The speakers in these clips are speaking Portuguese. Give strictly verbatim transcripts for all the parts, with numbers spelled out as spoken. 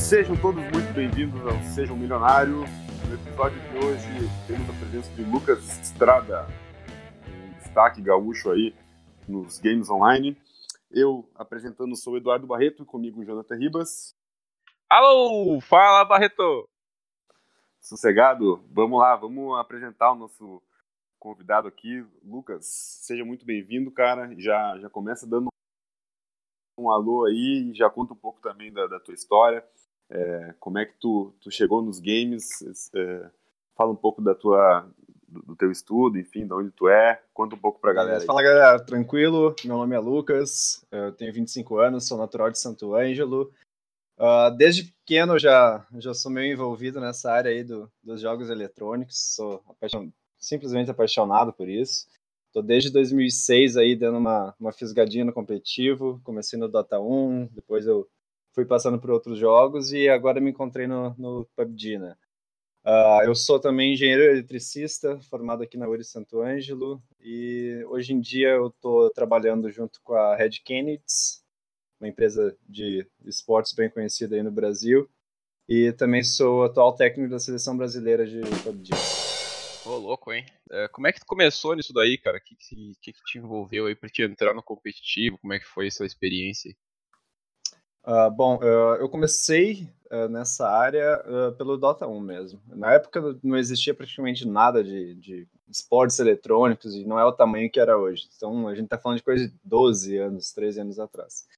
Sejam todos muito bem-vindos ao Seja um Milionário. No episódio de hoje temos a presença de Lucas Estrada, um destaque gaúcho aí nos games online. Eu apresentando sou o Eduardo Barreto e comigo o Jonathan Ribas. Alô, fala Barreto! Sossegado? Vamos lá, vamos apresentar o nosso convidado aqui, Lucas. Seja muito bem-vindo, cara. Já, já começa dando um alô aí e já conta um pouco também da, da tua história. É, como é que tu, tu chegou nos games, é, fala um pouco da tua, do, do teu estudo, enfim, de onde tu é, conta um pouco pra galera aí. Fala galera, tranquilo, meu nome é Lucas, eu tenho vinte e cinco anos, sou natural de Santo Ângelo. Uh, desde pequeno eu já, já sou meio envolvido nessa área aí do, dos jogos eletrônicos, sou apaixon... simplesmente apaixonado por isso. Tô desde dois mil e seis aí dando uma, uma fisgadinha no competitivo, comecei no Dota um, depois eu fui passando por outros jogos e agora me encontrei no, no P U B G, né? Uh, eu sou também engenheiro eletricista, formado aqui na U R I Santo Ângelo, e hoje em dia eu estou trabalhando junto com a Red Kennedy, uma empresa de esportes bem conhecida aí no Brasil, e também sou atual técnico da seleção brasileira de P U B G. Ô, oh, louco, hein? É, como é que tu começou nisso daí, cara? O que, que, que, que te envolveu aí pra te entrar no competitivo? Como é que foi essa experiência? Uh, bom, uh, eu comecei uh, nessa área pelo Dota um mesmo. Na época não existia praticamente nada de, de esportes eletrônicos e não é o tamanho que era hoje. Então a gente tá falando de coisa de doze anos, treze anos atrás.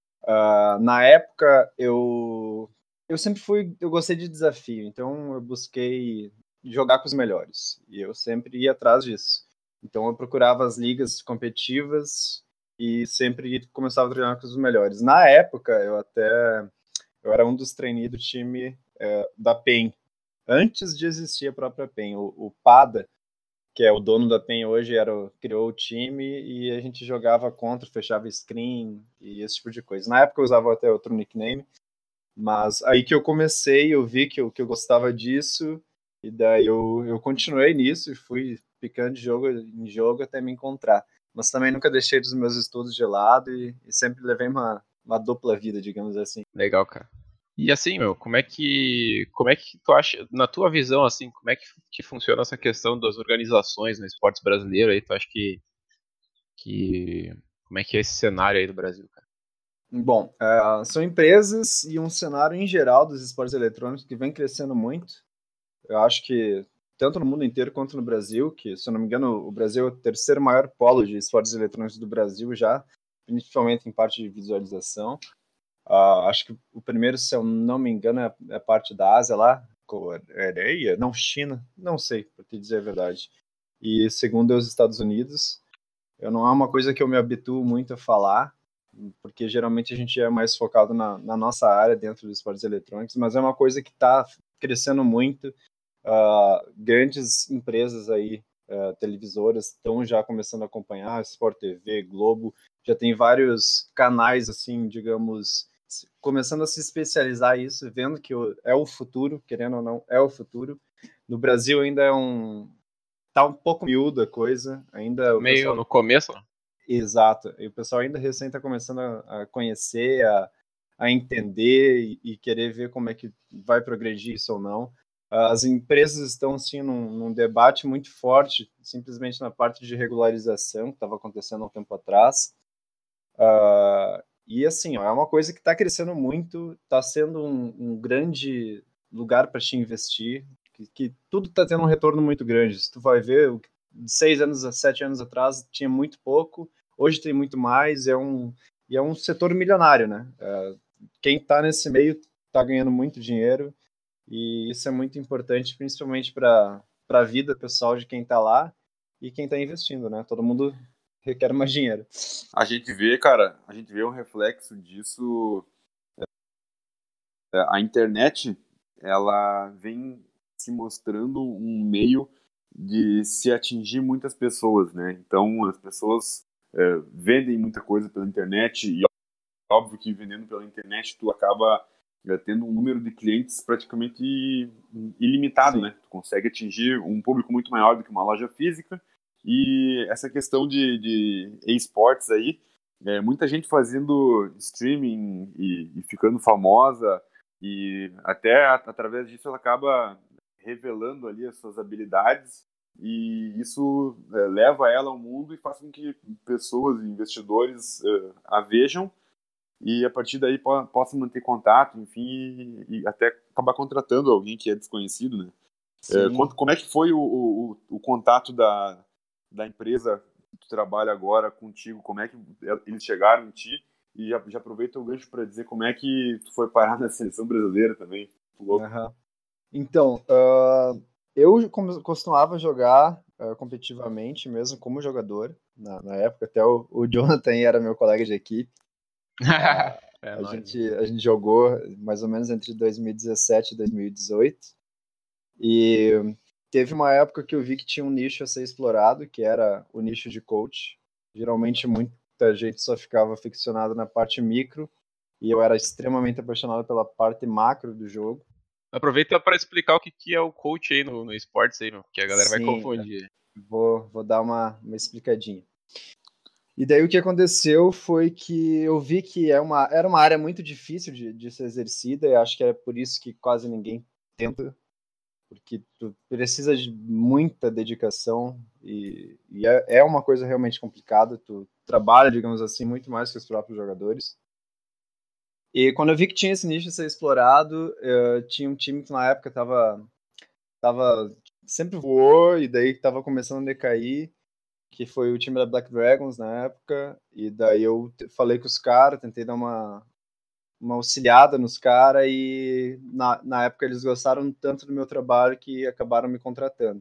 na época eu eu sempre fui, eu gostei de desafio, então eu busquei jogar com os melhores e eu sempre ia atrás disso. Então eu procurava as ligas competitivas e sempre começava a treinar com os melhores. Na época, eu até eu era um dos trainees do time é, da PEN, antes de existir a própria PEN. O, o Pada, que é o dono da PEN hoje, era, criou o time e a gente jogava contra, fechava screen e esse tipo de coisa. Na época eu usava até outro nickname, mas aí que eu comecei, eu vi que eu, que eu gostava disso e daí eu, eu continuei nisso e fui ficando de jogo em jogo até me encontrar. Mas também nunca deixei os meus estudos de lado e, e sempre levei uma, uma dupla vida, digamos assim. Legal, cara. E assim, meu, como é que como é que tu acha, na tua visão, assim, como é que, que funciona essa questão das organizações no esportes brasileiro aí? Tu acha que, que como é que é esse cenário aí do Brasil, cara? Bom, uh, são empresas e um cenário em geral dos esportes eletrônicos que vem crescendo muito. Eu acho que tanto no mundo inteiro quanto no Brasil, que, se eu não me engano, o Brasil é o terceiro maior polo de esportes eletrônicos do Brasil já, principalmente em parte de visualização. Uh, acho que o primeiro, se eu não me engano, é, é parte da Ásia lá, Coreia, não, China, não sei, para te dizer a verdade. E segundo é os Estados Unidos. Eu não é uma coisa que eu me habituo muito a falar, porque geralmente a gente é mais focado na, na nossa área dentro dos esportes eletrônicos, mas é uma coisa que está crescendo muito. Uh, grandes empresas aí, uh, televisoras, estão já começando a acompanhar, Sport T V, Globo, já tem vários canais, assim, digamos, começando a se especializar isso, vendo que é o futuro, querendo ou não, é o futuro. No Brasil ainda é um... tá um pouco miúdo a coisa, ainda o Meio pessoal... no começo, né? Exato, e o pessoal ainda recém está começando a, a conhecer, a, a entender e, e querer ver como é que vai progredir isso ou não. As empresas estão assim, num, num debate muito forte, simplesmente na parte de regularização, que estava acontecendo há um tempo atrás. Uh, e assim, ó, é uma coisa que está crescendo muito, está sendo um, um grande lugar para te investir, que, que tudo está tendo um retorno muito grande. Se tu vai ver, de seis anos a sete anos atrás tinha muito pouco, hoje tem muito mais, é um, e é um setor milionário, né? Uh, quem está nesse meio está ganhando muito dinheiro, e isso é muito importante, principalmente para a vida pessoal de quem está lá e quem está investindo, né? Todo mundo requer mais dinheiro. A gente vê, cara, a gente vê um reflexo disso. A internet, ela vem se mostrando um meio de se atingir muitas pessoas, né? Então, as pessoas é, vendem muita coisa pela internet e óbvio que vendendo pela internet tu acaba é, tendo um número de clientes praticamente ilimitado, Sim. né? Tu consegue atingir um público muito maior do que uma loja física e essa questão de, de esportes aí, é, muita gente fazendo streaming e, e ficando famosa, E até através disso ela acaba revelando ali as suas habilidades, e isso é, leva ela ao mundo e faz com que pessoas, investidores uh, a vejam, e a partir daí po possam manter contato, enfim, e, e até acabar contratando alguém que é desconhecido, né? É, como é que foi o, o, o contato da, da empresa que tu trabalha agora contigo? Como é que eles chegaram em ti? E já, já aproveita o gancho para dizer como é que tu foi parar na seleção brasileira também. Uhum. Então, uh, eu costumava jogar uh, competitivamente mesmo como jogador, na, na época, até o, o Jonathan era meu colega de equipe. Uh, é a, nóis, gente, a gente jogou mais ou menos entre dois mil e dezessete e dois mil e dezoito, e teve uma época que eu vi que tinha um nicho a ser explorado, que era o nicho de coach. Geralmente muita gente só ficava ficcionado na parte micro, e eu era extremamente apaixonado pela parte macro do jogo. Aproveita para explicar o que, que é o coach aí no, no esportes aí, meu, porque a galera Sim, vai confundir. Vou, vou dar uma, uma explicadinha. E daí o que aconteceu foi que eu vi que é uma, era uma área muito difícil de, de ser exercida, e acho que é por isso que quase ninguém tenta, porque tu precisa de muita dedicação, e, e é, é uma coisa realmente complicada, tu trabalha, digamos assim, muito mais que os próprios jogadores. E quando eu vi que tinha esse nicho a ser explorado, eu tinha um time que na época tava, tava sempre voou, e daí tava começando a decair, que foi o time da Black Dragons na época, e daí eu falei com os caras, tentei dar uma, uma auxiliada nos caras, e na, na época eles gostaram tanto do meu trabalho que acabaram me contratando.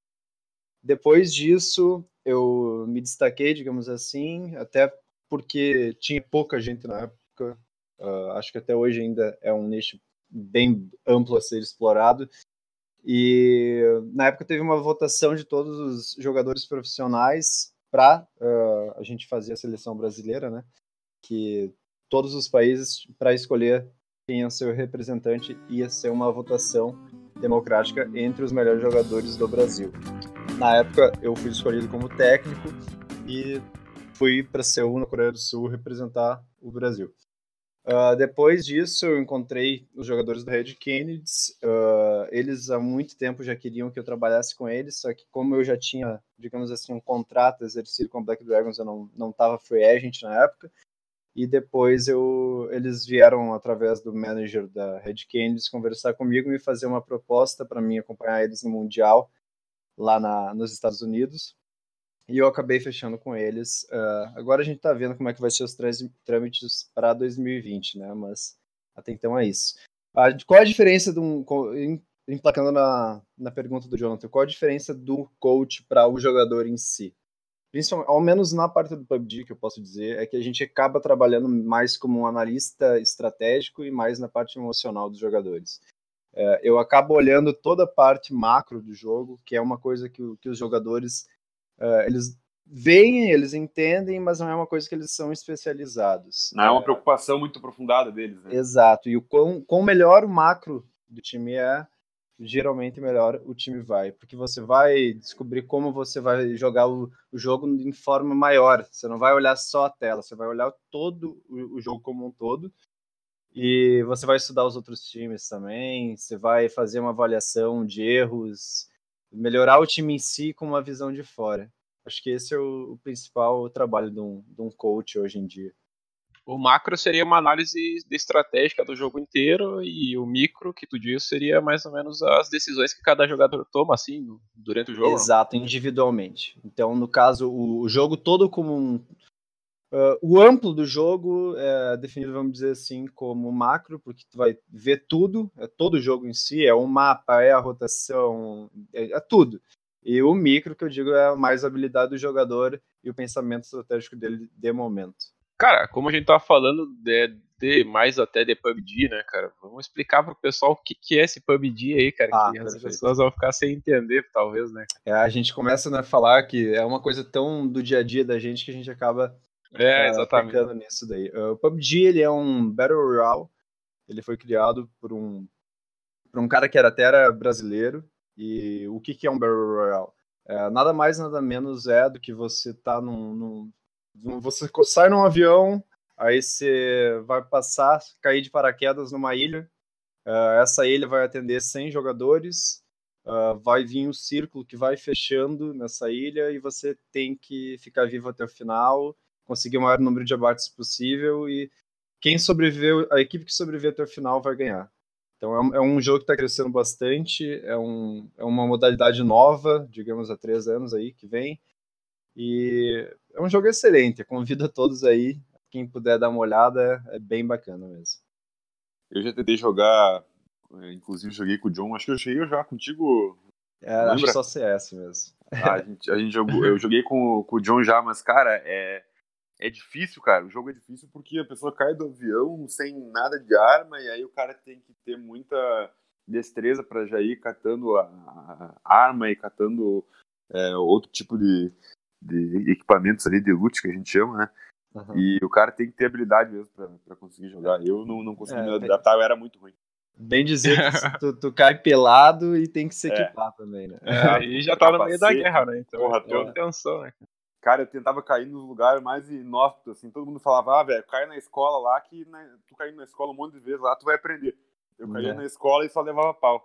Depois disso, eu me destaquei, digamos assim, até porque tinha pouca gente na época, uh, acho que até hoje ainda é um nicho bem amplo a ser explorado, e na época teve uma votação de todos os jogadores profissionais para uh, a gente fazer a seleção brasileira, né? Que todos os países, para escolher quem ia ser o representante, ia ser uma votação democrática entre os melhores jogadores do Brasil. Na época, eu fui escolhido como técnico e fui para Seul, na Coreia do Sul, representar o Brasil. Uh, depois disso, eu encontrei os jogadores do Red Kennedys. Uh, eles há muito tempo já queriam que eu trabalhasse com eles, só que como eu já tinha, digamos assim, um contrato exercido com a Black Dragons, eu não não estava free agent na época. E depois eu, eles vieram através do manager da Red Kennedys conversar comigo e me fazer uma proposta para mim acompanhar eles no Mundial lá na, nos Estados Unidos. E eu acabei fechando com eles. Uh, agora a gente está vendo como é que vai ser os trâmites para dois mil e vinte, né? Mas até então é isso. Uh, qual a diferença de um... Emplacando na, na pergunta do Jonathan, qual a diferença do coach para o jogador em si? Principalmente, ao menos na parte do P U B G, que eu posso dizer, é que a gente acaba trabalhando mais como um analista estratégico e mais na parte emocional dos jogadores. Uh, eu acabo olhando toda a parte macro do jogo, que é uma coisa que, que os jogadores... Uh, eles veem, eles entendem, mas não é uma coisa que eles são especializados. Não é uma preocupação muito aprofundada deles, né? Exato, e o quão, quão melhor o macro do time é, geralmente melhor o time vai, porque você vai descobrir como você vai jogar o, o jogo em forma maior, você não vai olhar só a tela, você vai olhar todo o, o jogo como um todo, e você vai estudar os outros times também, você vai fazer uma avaliação de erros, melhorar o time em si com uma visão de fora. Acho que esse é o, o principal trabalho de um, de um coach hoje em dia. O macro seria uma análise estratégica do jogo inteiro, e o micro, que tu disse, seria mais ou menos as decisões que cada jogador toma, assim, durante o jogo. Exato, não? Individualmente. Então, no caso, o, o jogo todo como um... Uh, o amplo do jogo é definido, vamos dizer assim, como macro, porque tu vai ver tudo, é todo o jogo em si, é o mapa, é a rotação, é, é tudo. E o micro, que eu digo, é mais a habilidade do jogador e o pensamento estratégico dele de momento. Cara, como a gente tava falando de, de mais até de P U B G, né, cara? Vamos explicar pro pessoal o que, que é esse P U B G aí, cara, Ah, que as perfeito. pessoas vão ficar sem entender, talvez, né? É, a gente começa né, a falar que é uma coisa tão do dia a dia da gente que a gente acaba É, uh, exatamente. pecando nisso daí. Uh, o P U B G, ele é um Battle Royale, ele foi criado por um, por um cara que era até era brasileiro, e o que, que é um Battle Royale? É, nada mais, nada menos é do que você tá num, num, num... Você sai num avião, aí você vai passar, cair de paraquedas numa ilha, Uh, essa ilha vai atender cem jogadores, uh, vai vir um círculo que vai fechando nessa ilha e você tem que ficar vivo até o final, conseguir o maior número de abates possível e quem sobreviveu, a equipe que sobreviver até o final vai ganhar. Então é um, é um jogo que está crescendo bastante, é, um, é uma modalidade nova, digamos, há três anos aí que vem, e é um jogo excelente, convido a todos aí, quem puder dar uma olhada, é bem bacana mesmo. Eu já tentei jogar, inclusive joguei com o John, acho que eu cheguei a jogar contigo. É, acho só C S mesmo. Ah, a gente, a gente jogou, eu joguei com, com o John já, mas, cara, é, é difícil, cara. O jogo é difícil porque a pessoa cai do avião sem nada de arma e aí o cara tem que ter muita destreza para já ir catando a, a arma e catando é, outro tipo de, de equipamentos ali, de loot, que a gente chama, né? Uhum. E o cara tem que ter habilidade mesmo pra, pra conseguir jogar. Eu não, não consegui é, me adaptar, eu era muito ruim. Bem dizer que tu, tu cai pelado e tem que se equipar é. também, né? É, e já tá no meio da guerra, né? Então porra, é uma tensão, né? Cara, eu tentava cair nos lugares mais inóspitos, assim, todo mundo falava, ah, velho, cai na escola lá, que né, tu caindo na escola um monte de vezes lá, tu vai aprender. Eu caía é. na escola e só levava pau.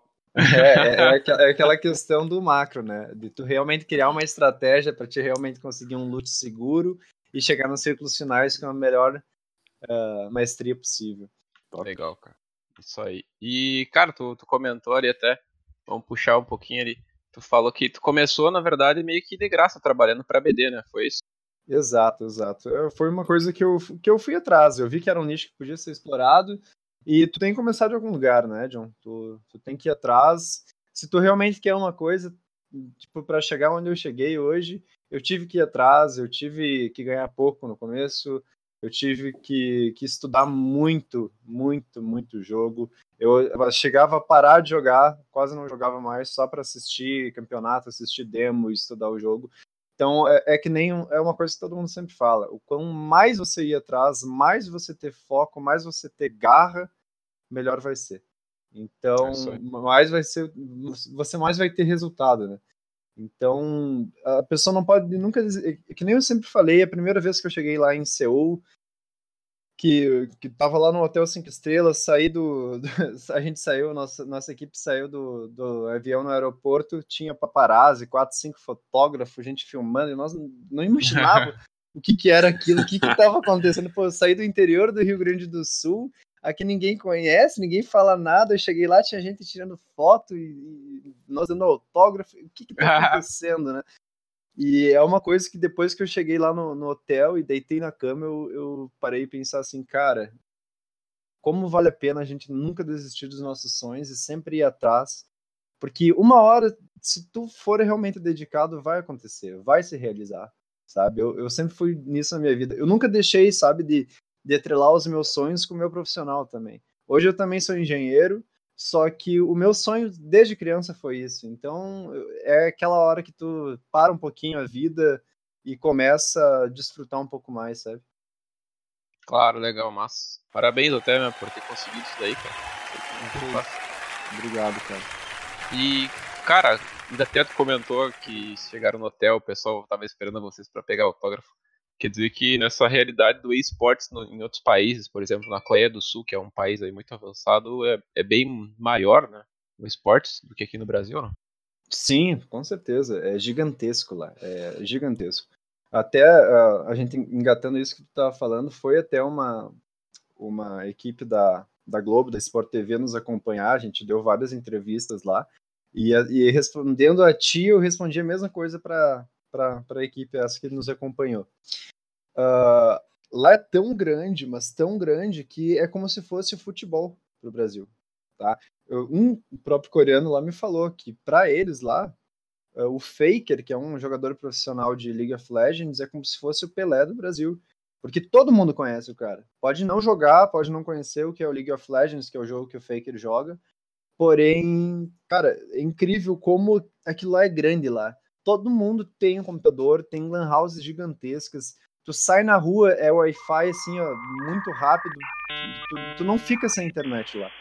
É, é, é aquela questão do macro, né? De tu realmente criar uma estratégia pra te realmente conseguir um loot seguro e chegar nos círculos finais com a melhor uh, maestria possível. Top. Legal, cara. Isso aí. E, cara, tu, tu comentou ali até, vamos puxar um pouquinho ali, tu falou que tu começou, na verdade, meio que de graça, trabalhando pra B D, né? Foi isso? Exato, exato. Foi uma coisa que eu, que eu fui atrás, eu vi que era um nicho que podia ser explorado, e tu tem que começar de algum lugar, né, John? Tu, tu tem que ir atrás. Se tu realmente quer uma coisa, tipo, pra chegar onde eu cheguei hoje, eu tive que ir atrás, eu tive que ganhar pouco no começo, eu tive que, que estudar muito, muito, muito jogo. Eu, eu chegava a parar de jogar, quase não jogava mais, só para assistir campeonato, assistir demo e estudar o jogo. Então, é, é que nem um, é uma coisa que todo mundo sempre fala. O quanto mais você ir atrás, mais você ter foco, mais você ter garra, melhor vai ser. Então, é mais vai ser, você mais vai ter resultado, né? Então, a pessoa não pode nunca dizer, que nem eu sempre falei, a primeira vez que eu cheguei lá em Seul, que, que tava lá no Hotel cinco Estrelas, saí do, do a gente saiu, nossa, nossa equipe saiu do, do avião no aeroporto, tinha paparazzi, quatro, cinco fotógrafos, gente filmando, e nós não imaginava o que que era aquilo, o que que tava acontecendo. Pô, eu saí do interior do Rio Grande do Sul, aqui ninguém conhece, ninguém fala nada, eu cheguei lá, tinha gente tirando foto e, e nós dando autógrafo, o que que tá acontecendo, né? E é uma coisa que depois que eu cheguei lá no, no hotel e deitei na cama, eu, eu parei e pensar assim, cara, como vale a pena a gente nunca desistir dos nossos sonhos e sempre ir atrás, porque uma hora, se tu for realmente dedicado, vai acontecer, vai se realizar, sabe? Eu, eu sempre fui nisso na minha vida. Eu nunca deixei, sabe, de, de atrelar os meus sonhos com o meu profissional também. Hoje eu também sou engenheiro, só que o meu sonho desde criança foi isso. Então, é aquela hora que tu para um pouquinho a vida e começa a desfrutar um pouco mais, sabe? Claro, legal, massa. Parabéns até, né, por ter conseguido isso daí, cara. Obrigado, cara. E, cara, ainda até tu comentou que chegaram no hotel, o pessoal tava esperando vocês pra pegar autógrafo. Quer dizer que nessa realidade do eSports no, em outros países, por exemplo, na Coreia do Sul, que é um país aí muito avançado, é, é bem maior, né, o eSports do que aqui no Brasil, não? Sim, com certeza. É gigantesco lá, é gigantesco. Até uh, a gente engatando isso que tu tava falando, foi até uma, uma equipe da, da Globo, da Sport T V, nos acompanhar, a gente deu várias entrevistas lá, e, e respondendo a ti, eu respondi a mesma coisa para a equipe essa que nos acompanhou. Uh, lá é tão grande, mas tão grande, que é como se fosse futebol pro Brasil, tá? Eu, um próprio coreano lá me falou que para eles lá, uh, o Faker, que é um jogador profissional de League of Legends, é como se fosse o Pelé do Brasil, porque todo mundo conhece o cara. Pode não jogar, pode não conhecer o que é o League of Legends, que é o jogo que o Faker joga, porém, cara, é incrível como aquilo lá é grande lá. Todo mundo tem um computador, tem lan houses gigantescas, tu sai na rua, é Wi-Fi assim, ó, muito rápido, tu, tu não fica sem internet lá.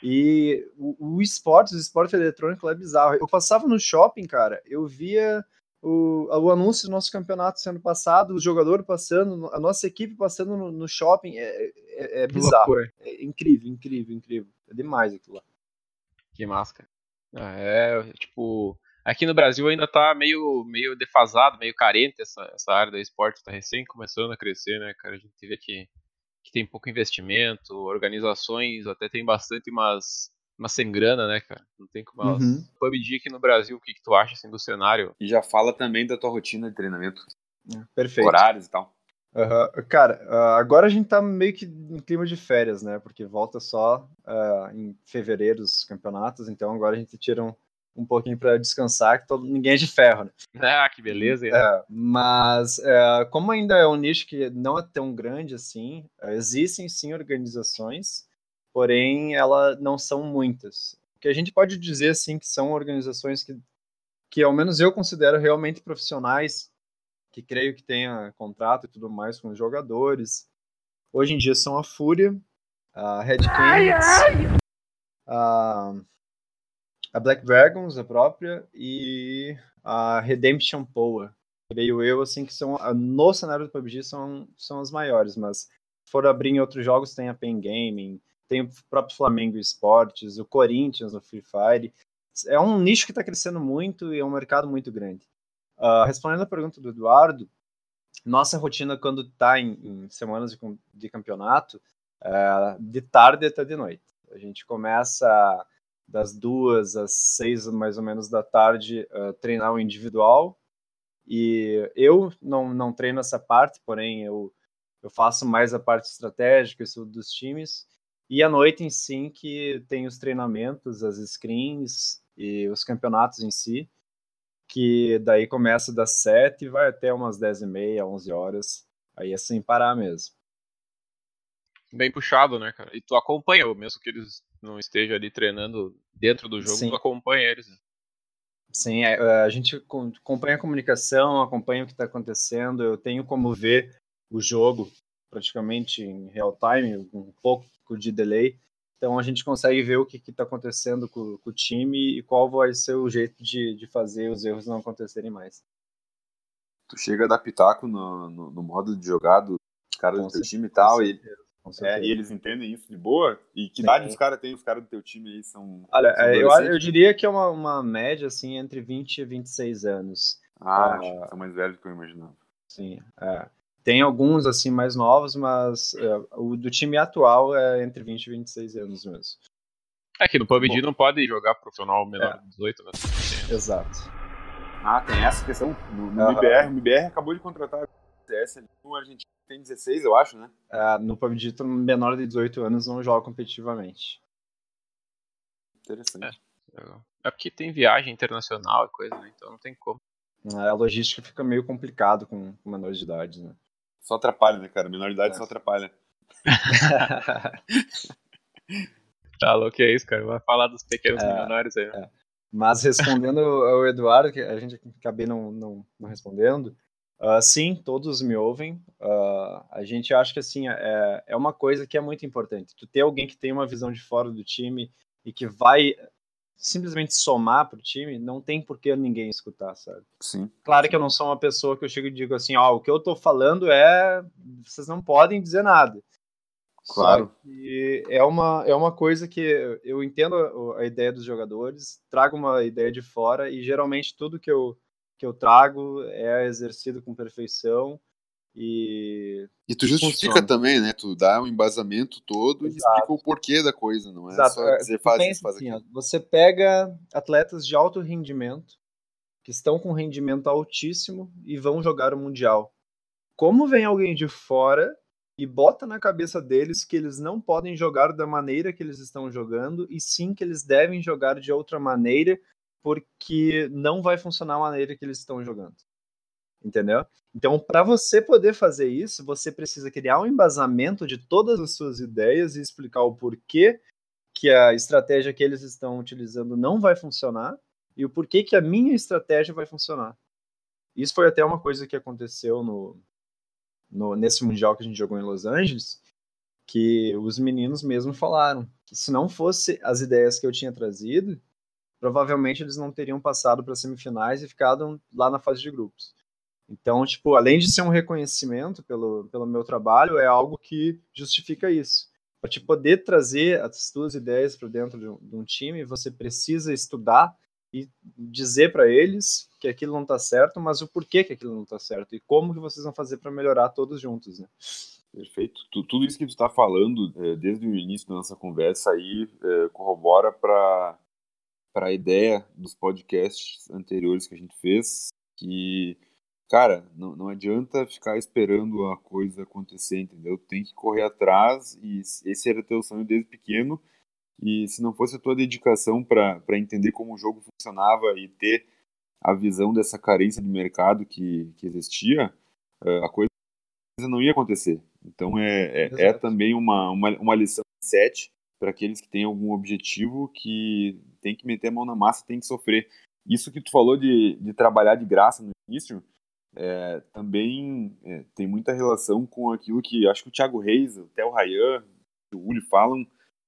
E o, o esportes, o esporte eletrônico lá é bizarro. Eu passava no shopping, cara, eu via o, o anúncio do nosso campeonato sendo passado, o jogador passando, a nossa equipe passando no, no shopping, é, é, é bizarro. Loucura. É incrível, incrível, incrível. É demais aquilo lá. Que máscara. Ah, é, tipo, aqui no Brasil ainda tá meio, meio defasado, meio carente essa, essa área do esporte, tá recém começando a crescer, né, cara? A gente vê que, que tem pouco investimento, organizações até tem bastante, mas, mas sem grana, né, cara? Não tem como elas. Uhum. P U B G aqui no Brasil, o que, que tu acha assim, do cenário? E já fala também da tua rotina de treinamento, Perfeito. horários e tal. Uhum. Cara, uh, agora a gente tá meio que em clima de férias, né? Porque volta só uh, em fevereiro os campeonatos, então agora a gente tira um, um pouquinho para descansar, que todo, ninguém é de ferro, né? Ah, que beleza, hein? Uh, mas uh, como ainda é um nicho que não é tão grande assim, uh, existem sim organizações, porém elas não são muitas. O que a gente pode dizer assim que são organizações que, que ao menos eu considero realmente profissionais, que creio que tenha contrato e tudo mais com os jogadores. Hoje em dia são a Fúria, a Red Canids, a, a Black Dragons, a própria, e a Redemption Power. Creio eu, assim, que são, no cenário do P U B G são, são as maiores, mas se for abrir em outros jogos, tem a Pen Gaming, tem o próprio Flamengo Esportes, o Corinthians no Free Fire. É um nicho que está crescendo muito e é um mercado muito grande. Uh, respondendo a pergunta do Eduardo, nossa rotina quando está em, em semanas de, de campeonato, é, de tarde até de noite. A gente começa das duas às seis, mais ou menos, da tarde, uh, treinar o individual. E eu não, não treino essa parte, porém eu, eu faço mais a parte estratégica, isso dos times. E à noite em si, que tem os treinamentos, as screens e os campeonatos em si, que daí começa das sete e vai até umas dez e meia, onze horas. Aí é sem parar mesmo. Bem puxado, né, cara? E tu acompanha, mesmo que eles não estejam ali treinando dentro do jogo, Sim. tu acompanha eles. Né? Sim, é, a gente acompanha a comunicação, acompanha o que está acontecendo. Eu tenho como ver o jogo praticamente em real time, um pouco de delay. Então a gente consegue ver o que está acontecendo com, com o time e qual vai ser o jeito de, de fazer os erros não acontecerem mais. Tu chega a dar pitaco no, no, no modo de jogar dos caras Com do teu certeza, time e tal, com e, certeza, com é, certeza. e eles entendem isso de boa? E que Sim. idade os caras têm? Os caras do teu time aí são, Olha, são eu, adolescentes? eu diria que é uma, uma média assim entre vinte e vinte e seis anos. Ah, acho que são mais velhos do que eu imaginava. Sim, é. Tem alguns assim mais novos, mas é, o do time atual é entre vinte e vinte e seis anos mesmo. É que no P U B G Bom. não pode jogar profissional menor É. de dezoito, né? Exato. Ah, tem essa questão. No, no Aham. M I B R, o M I B R acabou de contratar o C S ali, o argentino tem dezesseis, eu acho, né? É, no P U B G, todo menor de dezoito anos não joga competitivamente. Interessante. Legal. É porque tem viagem internacional e coisa, né? Então não tem como. A logística fica meio complicado com, com menores de idade, né? Só atrapalha, né, cara? Menor idade É. só atrapalha. Tá louco, é isso, cara. Vai falar dos pequenos É, milionários aí. é. Mas respondendo ao Eduardo, que a gente acabei não, não, não respondendo, uh, sim, todos me ouvem. Uh, a gente acha que assim, é, é uma coisa que é muito importante. Tu ter alguém que tem uma visão de fora do time e que vai simplesmente somar pro time, não tem por que ninguém escutar, sabe? Sim. Claro sim. que eu não sou uma pessoa que eu chego e digo assim, ó, o que eu tô falando é, vocês não podem dizer nada. Claro. Só que é uma, é uma coisa que eu entendo a, a ideia dos jogadores, trago uma ideia de fora e geralmente tudo que eu, que eu trago é exercido com perfeição e... E tu justifica funciona. também, né? Tu dá um embasamento todo Exato. e explica o porquê da coisa, não é Exato. só dizer Tu faz pensa isso, faz assim, ó, aquilo. você pega atletas de alto rendimento que estão com rendimento altíssimo e vão jogar o Mundial. Como vem alguém de fora e bota na cabeça deles que eles não podem jogar da maneira que eles estão jogando, e sim que eles devem jogar de outra maneira, porque não vai funcionar a maneira que eles estão jogando. Entendeu? Então, para você poder fazer isso, você precisa criar um embasamento de todas as suas ideias e explicar o porquê que a estratégia que eles estão utilizando não vai funcionar e o porquê que a minha estratégia vai funcionar. Isso foi até uma coisa que aconteceu no, no, nesse Mundial que a gente jogou em Los Angeles, que os meninos mesmo falaram que se não fosse as ideias que eu tinha trazido, provavelmente eles não teriam passado para semifinais e ficado lá na fase de grupos. Então, tipo, além de ser um reconhecimento pelo, pelo meu trabalho, é algo que justifica isso. Para te poder trazer as tuas ideias para dentro de um, de um time, você precisa estudar e dizer para eles que aquilo não está certo, mas o porquê que aquilo não está certo e como que vocês vão fazer para melhorar todos juntos, né? Perfeito. Tu- Tudo isso que tu está falando, eh, desde o início da nossa conversa aí, eh, corrobora para para a ideia dos podcasts anteriores que a gente fez, que, cara, não, não adianta ficar esperando a coisa acontecer, entendeu? Tem que correr atrás, e esse era teu sonho desde pequeno, e se não fosse a tua dedicação para para entender como o jogo funcionava e ter a visão dessa carência de mercado que, que existia, eh, a coisa não ia acontecer. Então é, é, é Exato. também uma, uma, uma lição de sete para aqueles que têm algum objetivo, que tem que meter a mão na massa, tem que sofrer. Isso que tu falou de, de trabalhar de graça no início, é, também é, tem muita relação com aquilo que acho que o Thiago Reis, o Theo Rayan, o Uli falam,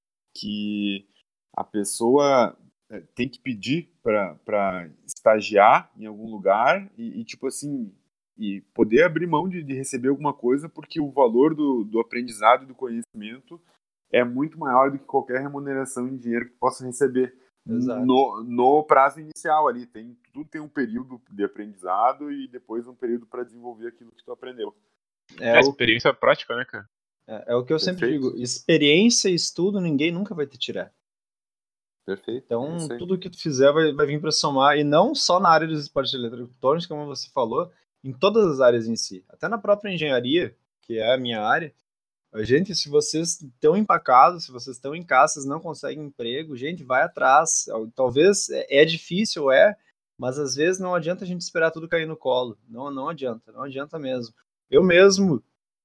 que a pessoa é, tem que pedir para estagiar em algum lugar e, e, tipo assim, e poder abrir mão de, de receber alguma coisa, porque o valor do, do aprendizado e do conhecimento é muito maior do que qualquer remuneração em dinheiro que tu possa receber Exato. no, no prazo inicial ali. Tem, tudo tem um período de aprendizado e depois um período para desenvolver aquilo que tu aprendeu. É É o, experiência prática, né, cara? é, é o que eu sempre Perfeito? digo, experiência e estudo ninguém nunca vai te tirar. Perfeito. É Então, isso aí. tudo que tu fizer vai, vai vir para somar, e não só na área dos esportes eletrônicos, como você falou, em todas as áreas em si. Até na própria engenharia, que é a minha área, a gente, se vocês estão empacados, se vocês estão em casa, vocês não conseguem emprego, gente, vai atrás. Talvez é, é difícil, é, mas às vezes não adianta a gente esperar tudo cair no colo. Não, não adianta, não adianta mesmo. Eu mesmo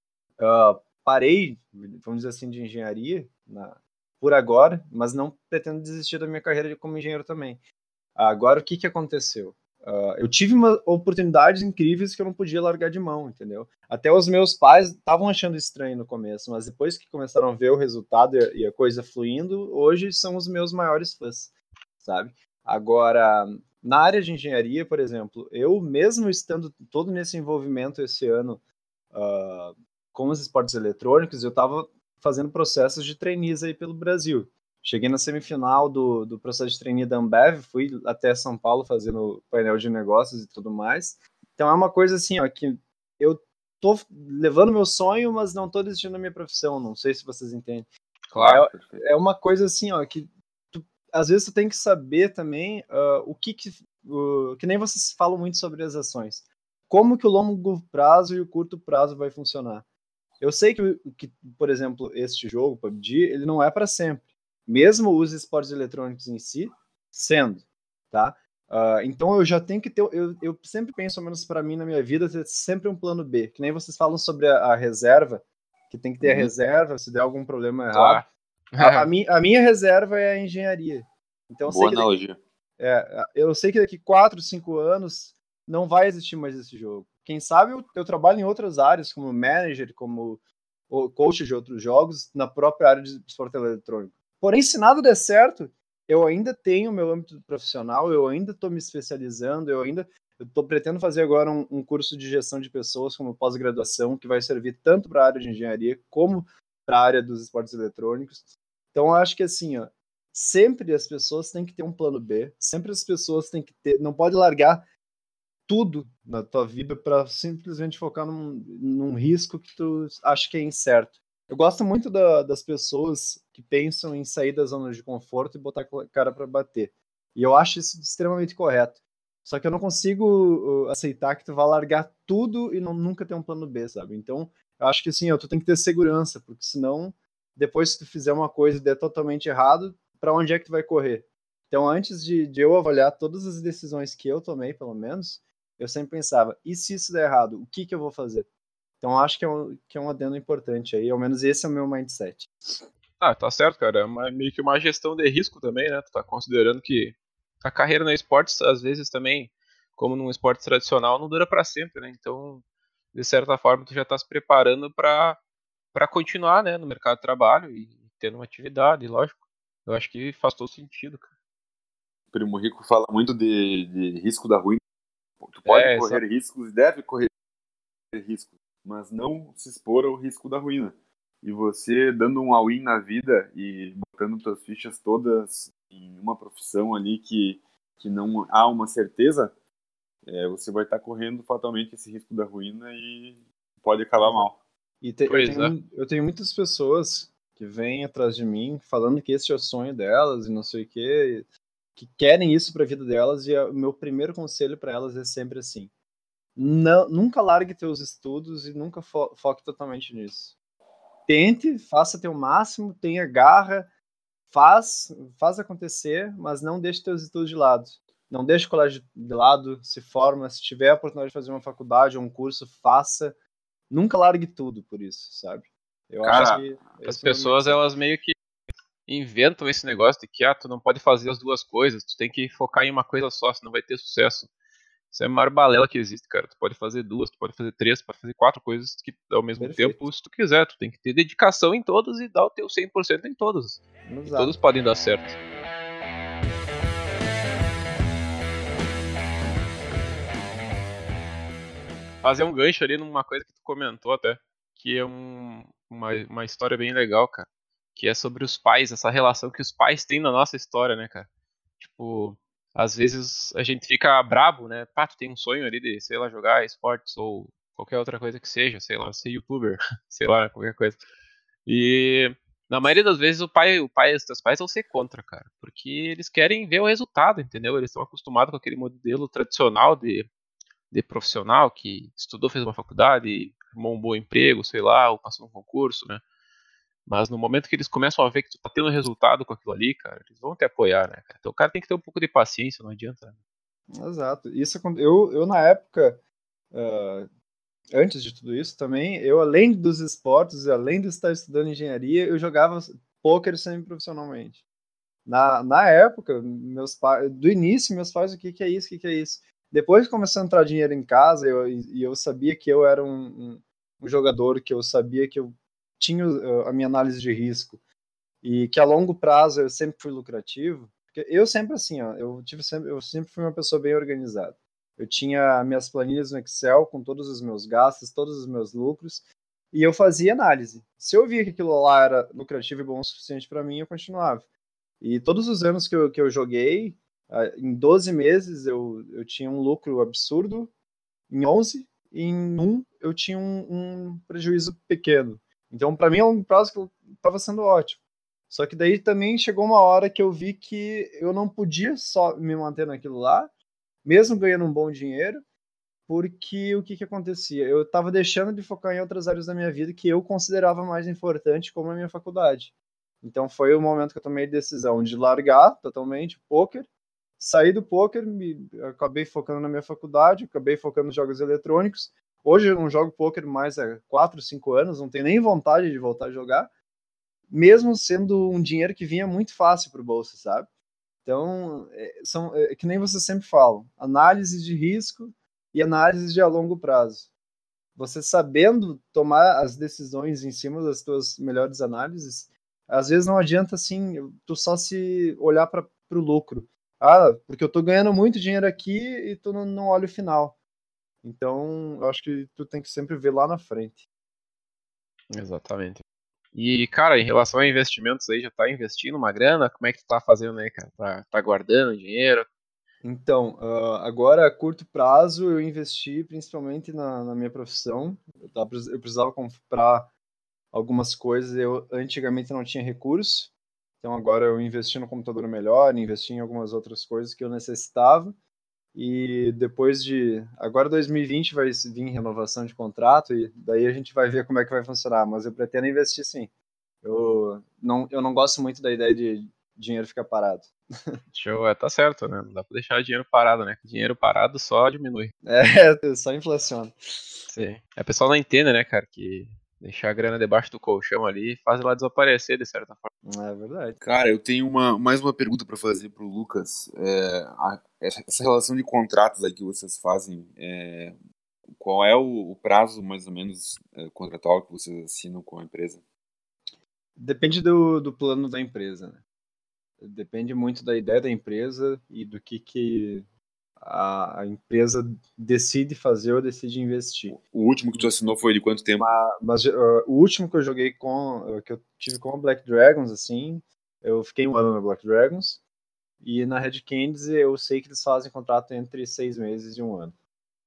uh, parei, vamos dizer assim, de engenharia na, por agora, mas não pretendo desistir da minha carreira como engenheiro também. Agora, o que, que aconteceu? Uh, eu tive uma, oportunidades incríveis que eu não podia largar de mão, entendeu? Até os meus pais estavam achando estranho no começo, mas depois que começaram a ver o resultado e, e a coisa fluindo, hoje são os meus maiores fãs, sabe? Agora, na área de engenharia, por exemplo, eu mesmo estando todo nesse envolvimento esse ano uh, com os esportes eletrônicos, eu estava fazendo processos de trainees aí pelo Brasil. Cheguei na semifinal do, do processo de trainee da Ambev, fui até São Paulo fazendo painel de negócios e tudo mais. Então é uma coisa assim, ó, que eu tô levando meu sonho, mas não tô desistindo da minha profissão, não sei se vocês entendem. Claro. É, é uma coisa assim, ó, que tu, às vezes tu tem que saber também uh, o que que, uh, que nem vocês falam muito sobre as ações. Como que o longo prazo e o curto prazo vai funcionar? Eu sei que, que por exemplo, este jogo, P U B G, ele não é para sempre. Mesmo os esportes eletrônicos em si, sendo, tá? Uh, então eu já tenho que ter, eu, eu sempre penso, ao menos para mim na minha vida, ter sempre um plano B. Que nem vocês falam sobre a, a reserva, que tem que ter a Uhum. reserva se der algum problema errado. Claro. A, a, mi, a minha reserva é a engenharia. Então eu sei Boa que daqui, analogia. é, eu sei que daqui quatro, cinco anos não vai existir mais esse jogo. Quem sabe eu, eu trabalho em outras áreas, como manager, como coach de outros jogos, na própria área de esporte eletrônico. Porém, se nada der certo, eu ainda tenho meu âmbito profissional, eu ainda estou me especializando, eu ainda estou pretendo fazer agora um, um curso de gestão de pessoas como pós-graduação, que vai servir tanto para a área de engenharia como para a área dos esportes eletrônicos. Então, eu acho que assim, ó, sempre as pessoas têm que ter um plano B, sempre as pessoas têm que ter, não pode largar tudo na tua vida para simplesmente focar num, num risco que tu acha que é incerto. Eu gosto muito da, das pessoas que pensam em sair da zona de conforto e botar a cara para bater. E eu acho isso extremamente correto. Só que eu não consigo uh, aceitar que tu vá largar tudo e não, nunca ter um plano B, sabe? Então, eu acho que assim, ó, tu tem que ter segurança, porque senão, depois que tu fizer uma coisa e der totalmente errado, para onde é que tu vai correr? Então, antes de, de eu avaliar todas as decisões que eu tomei, pelo menos, eu sempre pensava, e se isso der errado, o que, que eu vou fazer? Então acho que é, um, que é um adendo importante aí, ao menos esse é o meu mindset. Ah, tá certo, cara. É uma, meio que uma gestão de risco também, né? Tu tá considerando que a carreira no esportes, às vezes também, como num esporte tradicional, não dura pra sempre, né? Então, de certa forma, tu já tá se preparando pra para continuar, né, no mercado de trabalho e tendo uma atividade, lógico. Eu acho que faz todo sentido, cara. Primo Rico fala muito de, de risco da ruína. Tu pode É, correr exa- riscos e deve correr riscos, mas não se expor ao risco da ruína. E você dando um all-in na vida e botando suas fichas todas em uma profissão ali que, que não há uma certeza, é, você vai estar correndo fatalmente esse risco da ruína e pode acabar Exato. mal. E te- eu, pois é. tenho, eu tenho muitas pessoas que vêm atrás de mim falando que esse é o sonho delas e não sei o quê, que querem isso para a vida delas, e o meu primeiro conselho para elas é sempre assim: não, nunca largue teus estudos e nunca fo foque totalmente nisso. Tente, faça teu máximo, tenha garra, faz, faz acontecer, mas não deixe teus estudos de lado. Não deixe o colégio de lado, se forma, se tiver a oportunidade de fazer uma faculdade ou um curso, faça. Nunca largue tudo por isso, sabe? Eu acho Cara, que As esse é o meu pessoas, mindset. elas meio que inventam esse negócio de que, ah, tu não pode fazer as duas coisas, tu tem que focar em uma coisa só, senão vai ter sucesso. Isso é a maior balela que existe, cara. Tu pode fazer duas, tu pode fazer três, tu pode fazer quatro coisas que, ao mesmo Perfeito. tempo, se tu quiser. Tu tem que ter dedicação em todas e dar o teu cem por cento em todas. E todas Exato. podem dar certo. Fazer um gancho ali numa coisa que tu comentou até, que é um, uma, uma história bem legal, cara. Que é sobre os pais, essa relação que os pais têm na nossa história, né, cara? Tipo, às vezes a gente fica brabo, né? Pá, tu tem um sonho ali de, sei lá, jogar esportes ou qualquer outra coisa que seja, sei lá, ser youtuber, sei lá, qualquer coisa. E na maioria das vezes o pai, o pai, os teus pais vão ser contra, cara, porque eles querem ver o resultado, entendeu? Eles estão acostumados com aquele modelo tradicional de, de profissional que estudou, fez uma faculdade, arrumou um bom emprego, sei lá, ou passou um concurso, né? Mas no momento que eles começam a ver que tu tá tendo resultado com aquilo ali, cara, eles vão te apoiar, né, cara? Então o cara tem que ter um pouco de paciência, não adianta. Exato. Isso, acon- eu, eu na época, ah, antes de tudo isso também, eu além dos esportes, além de estar estudando engenharia, eu jogava pôquer semi-profissionalmente. Na, na época, meus pais, do início, meus pais, o que que é isso, o que que é isso? Depois que começou a entrar dinheiro em casa, eu, e eu sabia que eu era um, um, um jogador, que eu sabia que eu tinha uh, a minha análise de risco, e que a longo prazo eu sempre fui lucrativo, porque eu sempre assim, ó, eu tive sempre, eu sempre fui uma pessoa bem organizada. Eu tinha minhas planilhas no Excel com todos os meus gastos, todos os meus lucros, e eu fazia análise. Se eu via que aquilo lá era lucrativo e bom o suficiente para mim, eu continuava. E todos os anos que eu, que eu joguei, ah, em doze meses eu, eu tinha um lucro absurdo, em onze, e em um eu tinha um, um prejuízo pequeno. Então, para mim, é um prazo que estava sendo ótimo. Só que daí também chegou uma hora que eu vi que eu não podia só me manter naquilo lá, mesmo ganhando um bom dinheiro, porque o que, que acontecia? Eu estava deixando de focar em outras áreas da minha vida que eu considerava mais importante, como a minha faculdade. Então foi o momento que eu tomei a decisão de largar totalmente o poker, sair do poker, me, acabei focando na minha faculdade, acabei focando nos jogos eletrônicos. Hoje eu não jogo poker mais há quatro, cinco anos, não tenho nem vontade de voltar a jogar, mesmo sendo um dinheiro que vinha muito fácil para o bolso, sabe? Então, é, são, é, que nem vocês sempre falam, análise de risco e análise de a longo prazo. Você sabendo tomar as decisões em cima das suas melhores análises, às vezes não adianta assim, tu só se olhar para o lucro. Ah, porque eu tô ganhando muito dinheiro aqui e tu não, não olha o final. Então, eu acho que tu tem que sempre ver lá na frente. Exatamente. E, cara, em relação a investimentos aí, já tá investindo uma grana? Como é que tu tá fazendo aí, cara? Tá, tá guardando dinheiro? Então, ah, agora a curto prazo eu investi principalmente na, na minha profissão. Eu, tava, precis- eu precisava comprar algumas coisas, eu antigamente não tinha recurso, então agora eu investi no computador melhor, investi em algumas outras coisas que eu necessitava, e depois de, agora dois mil e vinte vai vir renovação de contrato, e daí a gente vai ver como é que vai funcionar, mas eu pretendo investir sim. Eu não, eu não gosto muito da ideia de dinheiro ficar parado. Show, é, tá certo, né? Não dá pra deixar dinheiro parado, né? Dinheiro parado só diminui. É, só inflaciona. Sim. A pessoa não entende, né, cara, que deixar a grana debaixo do colchão ali faz ela desaparecer, de certa forma. É verdade. Cara, eu tenho uma, mais uma pergunta para fazer pro Lucas. É, a- essa essa relação de contratos aí que vocês fazem, é, qual é o, o prazo mais ou menos é, contratual que vocês assinam com a empresa? Depende do, do plano da empresa, né? Depende muito da ideia da empresa e do que, que a, a empresa decide fazer ou decide investir. O último que tu assinou foi de quanto tempo? Mas, mas uh, o último que eu joguei com, uh, que eu tive com a Black Dragons, assim, eu fiquei um ano na Black Dragons, e na Red Canids eu sei que eles fazem contrato entre seis meses e um ano.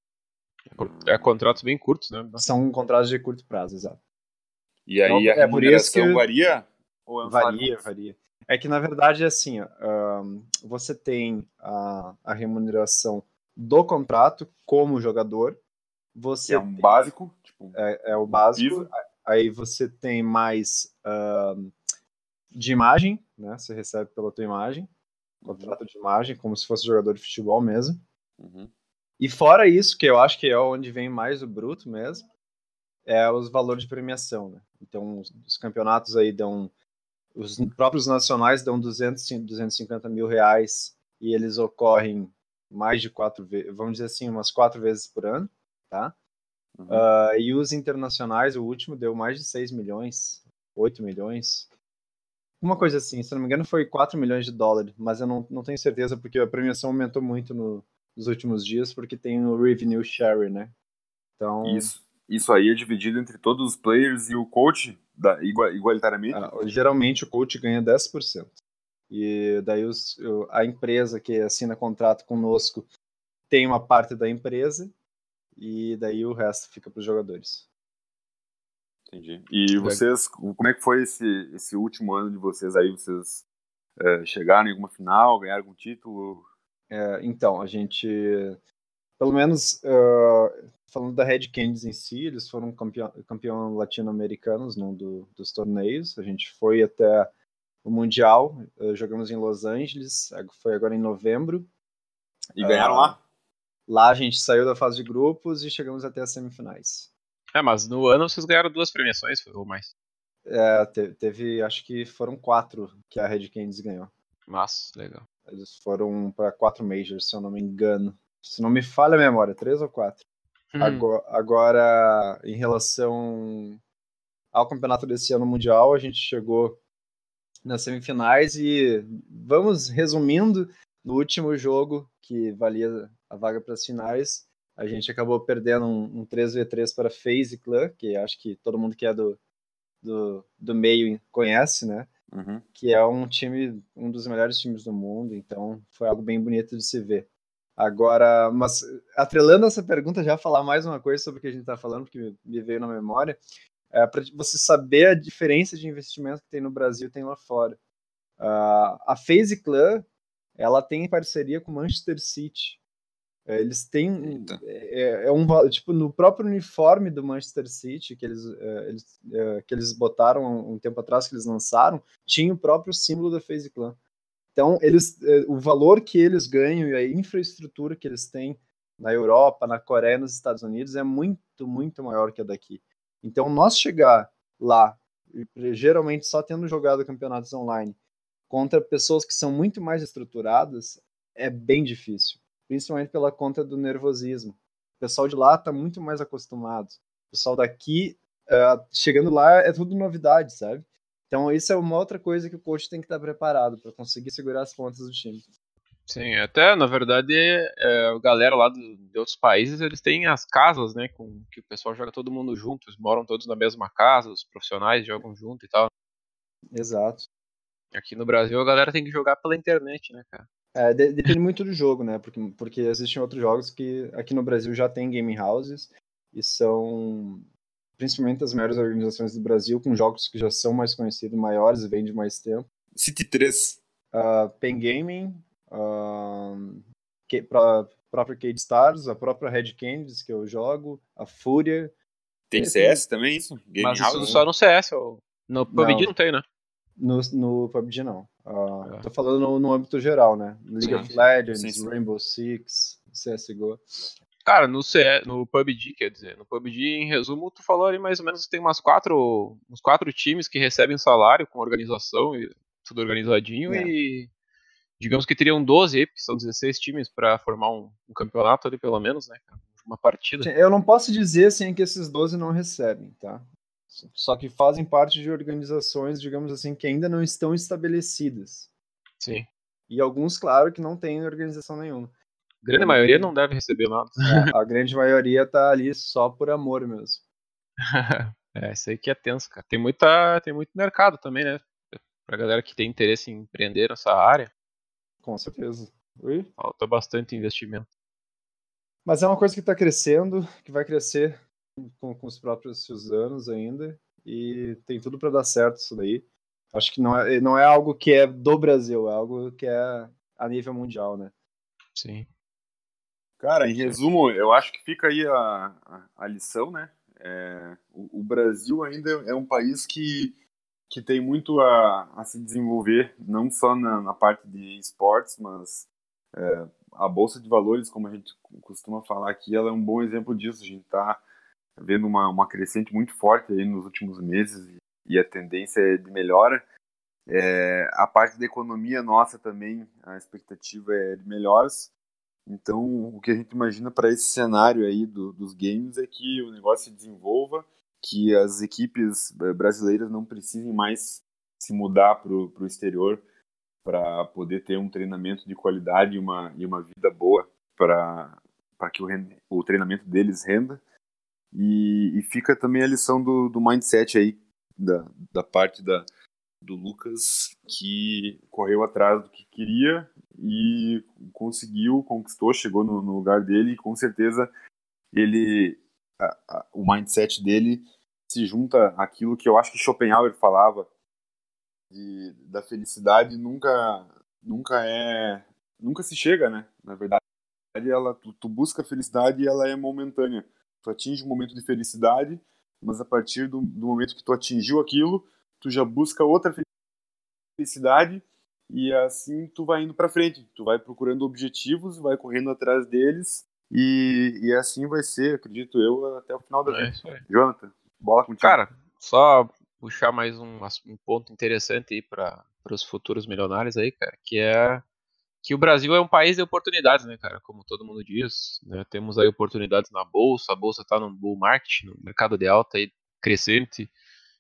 É contratos bem curtos, né? São contratos de curto prazo, exato. E aí Então, a é por isso remuneração que varia? Ou é um salário varia, fixo? varia. É que, na verdade, é assim, ó, um, você tem a, a remuneração do contrato como jogador, Que você é um básico, tipo, é, é o um básico, piso. aí você tem mais um, de imagem, né? Você recebe pela tua imagem, contrato de imagem, como se fosse jogador de futebol mesmo. Uhum. E fora isso, que eu acho que é onde vem mais o bruto mesmo, é os valores de premiação, né? Então, os, os campeonatos aí dão, os próprios nacionais dão duzentos, duzentos e cinquenta mil reais e eles ocorrem mais de quatro vezes, vamos dizer assim, umas quatro vezes por ano, tá? Uhum. Uh, e os internacionais, o último deu mais de seis milhões, oito milhões, uma coisa assim, se não me engano foi quatro milhões de dólares, mas eu não, não tenho certeza porque a premiação aumentou muito no, nos últimos dias porque tem o revenue share, né? Então, Isso, isso aí é dividido entre todos os players e o coach da, igua- igualitariamente? uh, geralmente o coach ganha dez por cento. E daí os, a empresa que assina contrato conosco tem uma parte da empresa e daí o resto fica para os jogadores. Entendi. E vocês, como é que foi esse, esse último ano de vocês aí? Vocês é, chegaram em alguma final, ganharam algum título? É, então, a gente, pelo menos, uh, falando da Red Canids em si, eles foram campeão, campeão latino-americanos num do, dos torneios. A gente foi até o Mundial, uh, jogamos em Los Angeles, foi agora em novembro. E ganharam Uh, lá? Lá a gente saiu da fase de grupos e chegamos até as semifinais. É, mas no ano vocês ganharam duas premiações, ou mais. É, teve, teve, acho que foram quatro que a Red Canids ganhou. Mas, legal. Eles foram para quatro majors, se eu não me engano. Se não me falha a memória, três ou quatro. Hum. Agora, agora, em relação ao campeonato desse ano mundial, a gente chegou nas semifinais e vamos resumindo, no último jogo que valia a vaga para as finais, a gente acabou perdendo um, um três contra três para FaZe Clan, que acho que todo mundo que é do, do, do meio conhece, né? Uhum. Que é um time, um dos melhores times do mundo, então foi algo bem bonito de se ver. Agora, mas atrelando essa pergunta, já falar mais uma coisa sobre o que a gente está falando, porque me veio na memória, é para você saber a diferença de investimento que tem no Brasil e tem lá fora. Uh, a FaZe Clan, ela tem parceria com o Manchester City. Eles têm é, é um tipo no próprio uniforme do Manchester City que eles, é, eles é, que eles botaram um tempo atrás que eles lançaram, tinha o próprio símbolo da FaZe Clan. Então eles é, o valor que eles ganham e a infraestrutura que eles têm na Europa, na Coreia, nos Estados Unidos é muito muito maior que a daqui. Então nós chegar lá geralmente só tendo jogado campeonatos online contra pessoas que são muito mais estruturadas é bem difícil. Principalmente pela conta do nervosismo. O pessoal de lá está muito mais acostumado. O pessoal daqui, uh, chegando lá, é tudo novidade, sabe? Então, isso é uma outra coisa que o coach tem que estar preparado para conseguir segurar as pontas do time. Sim, até, na verdade, é, a galera lá do, de outros países, eles têm as casas, né, com que o pessoal joga todo mundo junto, eles moram todos na mesma casa, os profissionais jogam junto e tal. Exato. Aqui no Brasil, a galera tem que jogar pela internet, né, cara? É, de, depende muito do jogo, né? Porque, porque existem outros jogos que aqui no Brasil já tem game houses e são principalmente as maiores organizações do Brasil com jogos que já são mais conhecidos, maiores e vêm de mais tempo. City três. Uh, Pen Gaming, uh, que, pra, própria Cade Stars, a própria Red Canids que eu jogo, a Fúria. Tem C S tem... também, isso? Game Mas House? isso só no C S, ou... no P U B G não, não tem, né? No, no P U B G não. Uh, é. Tô falando no, no âmbito geral, né? League sim, of Legends, sim, sim. Rainbow Six, C S G O. Cara, no, C S, no P U B G, quer dizer, no P U B G, em resumo, tu falou ali mais ou menos que tem umas quatro, uns quatro times que recebem salário com organização e tudo organizadinho é. E digamos que teriam doze aí, porque são dezesseis times para formar um, um campeonato ali pelo menos, né, uma partida. Eu não posso dizer assim que esses doze não recebem, tá? Só que fazem parte de organizações, digamos assim, que ainda não estão estabelecidas. Sim. E alguns, claro, que não tem organização nenhuma. A grande maioria não deve receber nada. A, a grande maioria tá ali só por amor mesmo. É, isso aí que é tenso, cara. Tem, muita, tem muito mercado também, né? Pra galera que tem interesse em empreender nessa área, Com certeza. Ui? falta bastante investimento. Mas é uma coisa que está crescendo, que vai crescer com, com os próprios seus anos ainda, e tem tudo para dar certo isso daí. Acho que não é, não é algo que é do Brasil, é algo que é a nível mundial, né? Sim. Cara, em resumo, eu acho que fica aí a, a, a lição, né? É, o, o Brasil ainda é um país que, que tem muito a, a se desenvolver, não só na, na parte de esportes, mas é, a Bolsa de Valores, como a gente costuma falar aqui, ela é um bom exemplo disso. A gente está vendo uma, uma crescente muito forte aí nos últimos meses e, e a tendência é de melhora. É, a parte da economia nossa também, a expectativa é de melhoras. Então, o que a gente imagina para esse cenário aí do, dos games é que o negócio se desenvolva, que as equipes brasileiras não precisem mais se mudar para o exterior para poder ter um treinamento de qualidade e uma, e uma vida boa para que o, o treinamento deles renda. E, e fica também a lição do, do mindset aí, da, da parte da, do Lucas, que correu atrás do que queria e conseguiu, conquistou, chegou no, no lugar dele, e com certeza ele, a, a, o mindset dele se junta àquilo que eu acho que Schopenhauer falava, de, da felicidade nunca, nunca é, nunca se chega, né? Na verdade, ela, tu, tu busca a felicidade e ela é momentânea. Tu atinge um momento de felicidade, mas a partir do, do momento que tu atingiu aquilo, tu já busca outra felicidade e assim tu vai indo pra frente. Tu vai procurando objetivos, vai correndo atrás deles e, e assim vai ser, acredito eu, até o final da É vida. isso aí. Jonathan, bola contigo. Cara, só puxar mais um, um ponto interessante aí para os futuros milionários aí, cara, que é que o Brasil é um país de oportunidades, né, cara? Como todo mundo diz, né? Temos aí oportunidades na bolsa, a bolsa está num bull market, no mercado de alta aí crescente,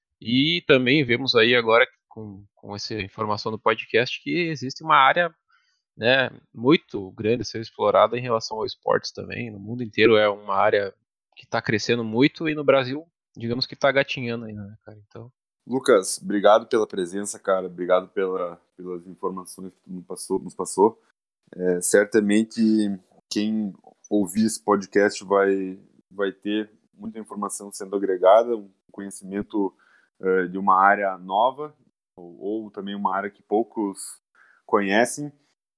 e também vemos aí agora com, com essa informação do podcast que existe uma área, né, muito grande a ser explorada em relação ao esportes também. No mundo inteiro é uma área que está crescendo muito e no Brasil, digamos que está gatinhando ainda, né, cara? Então, Lucas, obrigado pela presença, cara. Obrigado pela, pelas informações que tu nos passou. Nos passou. É, certamente quem ouvir esse podcast vai, vai ter muita informação sendo agregada, um conhecimento uh, de uma área nova, ou, ou também uma área que poucos conhecem.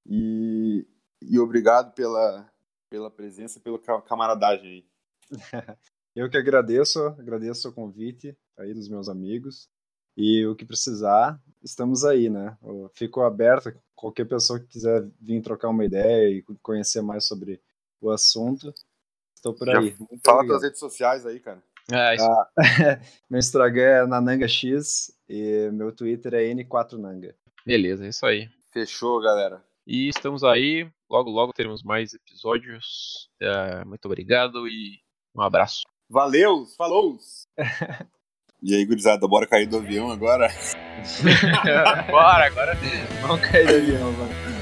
E, e obrigado pela, pela presença, pela camaradagem aí. Eu que agradeço, agradeço o convite aí dos meus amigos. E o que precisar, estamos aí, né? Eu fico aberto, qualquer pessoa que quiser vir trocar uma ideia e conhecer mais sobre o assunto, estou por Já aí. Muito fala obrigado. tuas redes sociais aí, cara. é isso. Ah, meu Instagram é nanangax e meu Twitter é N quatro nanga. Beleza, é isso aí. Fechou, galera. E estamos aí, logo logo teremos mais episódios. É, muito obrigado e um abraço. Valeu, falou! E aí, gurizada, bora cair do avião agora? Bora, agora. Vamos cair do avião, mano.